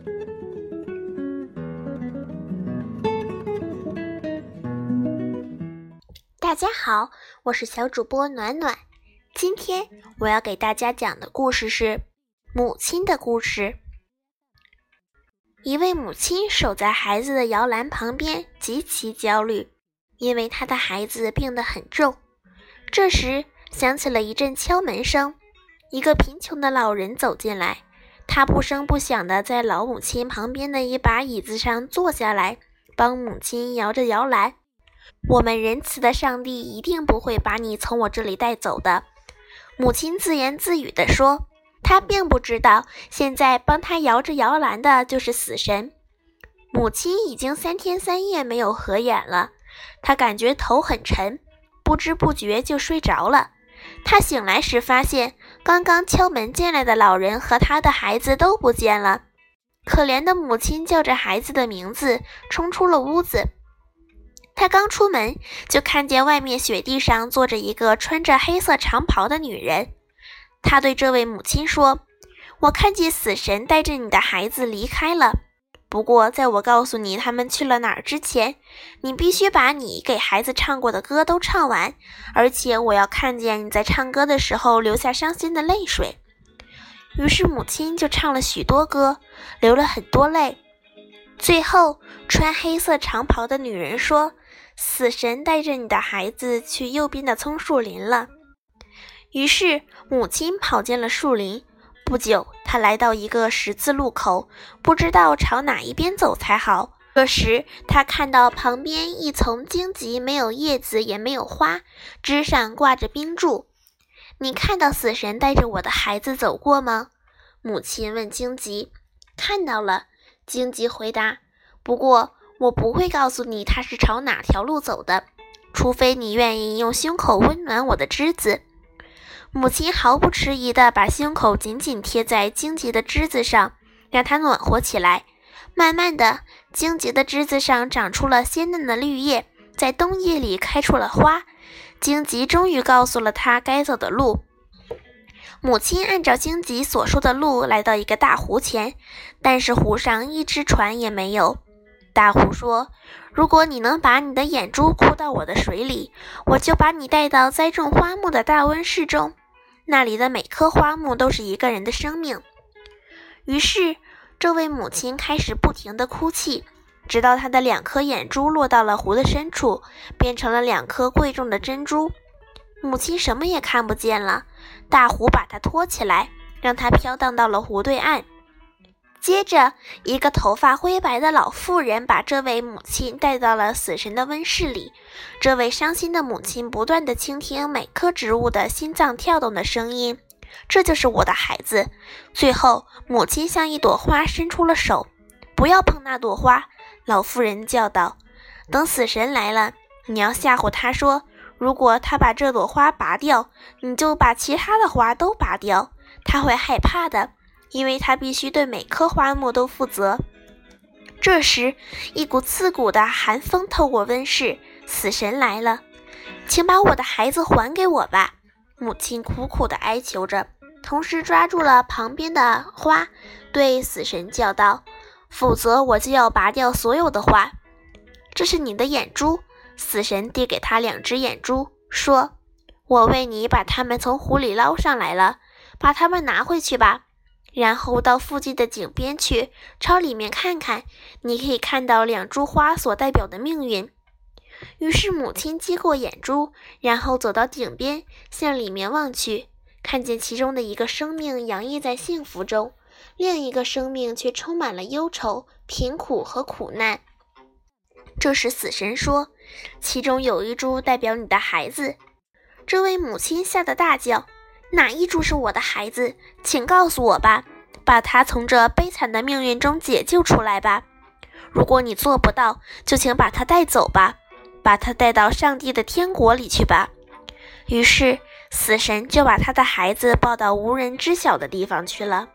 大家好，我是小主播暖暖。今天我要给大家讲的故事是母亲的故事。一位母亲守在孩子的摇篮旁边，极其焦虑，因为她的孩子病得很重。这时响起了一阵敲门声，一个贫穷的老人走进来，他不声不响地在老母亲旁边的一把椅子上坐下来，帮母亲摇着摇篮。我们仁慈的上帝一定不会把你从我这里带走的，母亲自言自语地说。她并不知道，现在帮她摇着摇篮的就是死神。母亲已经3天3夜没有合眼了，她感觉头很沉，不知不觉就睡着了。她醒来时发现，刚刚敲门进来的老人和他的孩子都不见了。可怜的母亲叫着孩子的名字，冲出了屋子。她刚出门，就看见外面雪地上坐着一个穿着黑色长袍的女人。她对这位母亲说：“我看见死神带着你的孩子离开了。不过在我告诉你他们去了哪儿之前，你必须把你给孩子唱过的歌都唱完，而且我要看见你在唱歌的时候流下伤心的泪水。”于是母亲就唱了许多歌，流了很多泪。最后，穿黑色长袍的女人说：“死神带着你的孩子去右边的松树林了。”于是母亲跑进了树林。不久，她来到一个十字路口，不知道朝哪一边走才好。这时，她看到旁边一丛荆棘，没有叶子也没有花，枝上挂着冰柱。“你看到死神带着我的孩子走过吗？”母亲问荆棘。“看到了。”荆棘回答。“不过我不会告诉你他是朝哪条路走的，除非你愿意用胸口温暖我的枝子。”母亲毫不迟疑地把胸口紧紧贴在荆棘的枝子上，让它暖和起来。慢慢的，荆棘的枝子上长出了鲜嫩的绿叶，在冬夜里开出了花。荆棘终于告诉了他该走的路。母亲按照荆棘所说的路来到一个大湖前，但是湖上一只船也没有。大湖说：“如果你能把你的眼珠哭到我的水里，我就把你带到栽种花木的大温室中，那里的每棵花木都是一个人的生命。”于是这位母亲开始不停地哭泣，直到她的2颗眼珠落到了湖的深处，变成了2颗贵重的珍珠。母亲什么也看不见了，大湖把她托起来，让她飘荡到了湖对岸。接着，一个头发灰白的老妇人把这位母亲带到了死神的温室里。这位伤心的母亲不断地倾听每棵植物的心脏跳动的声音。这就是我的孩子。最后，母亲向一朵花伸出了手。“不要碰那朵花！”老妇人叫道。“等死神来了，你要吓唬他说，如果他把这朵花拔掉，你就把其他的花都拔掉。他会害怕的，因为他必须对每棵花木都负责。”这时，一股刺骨的寒风透过温室，死神来了。“请把我的孩子还给我吧！”母亲苦苦地哀求着，同时抓住了旁边的花，对死神叫道：“否则我就要拔掉所有的花。”“这是你的眼珠。”死神递给他2只眼珠，说：“我为你把它们从湖里捞上来了，把它们拿回去吧。然后到附近的井边去，朝里面看看，你可以看到2株花所代表的命运。”于是母亲接过眼珠，然后走到井边，向里面望去，看见其中的一个生命洋溢在幸福中，另一个生命却充满了忧愁、贫苦和苦难。这时死神说：“其中有一株代表你的孩子。”这位母亲吓得大叫：“哪一株是我的孩子？请告诉我吧，把他从这悲惨的命运中解救出来吧。如果你做不到，就请把他带走吧，把他带到上帝的天国里去吧。”于是死神就把他的孩子抱到无人知晓的地方去了。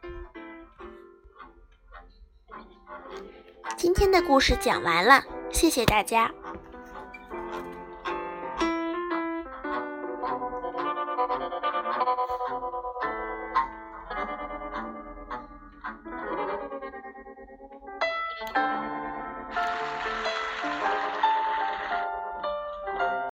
今天的故事讲完了，谢谢大家。